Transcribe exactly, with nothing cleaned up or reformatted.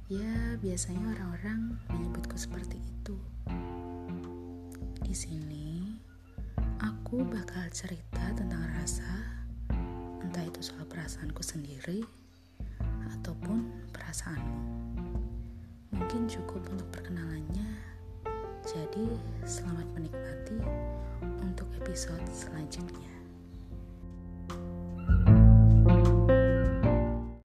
Ya, biasanya orang-orang menyebutku seperti itu. Di sini, aku bakal cerita tentang rasa, entah itu soal perasaanku sendiri ataupun perasaanmu. Mungkin cukup untuk perkenalannya. Jadi, selamat menikmati untuk episode selanjutnya.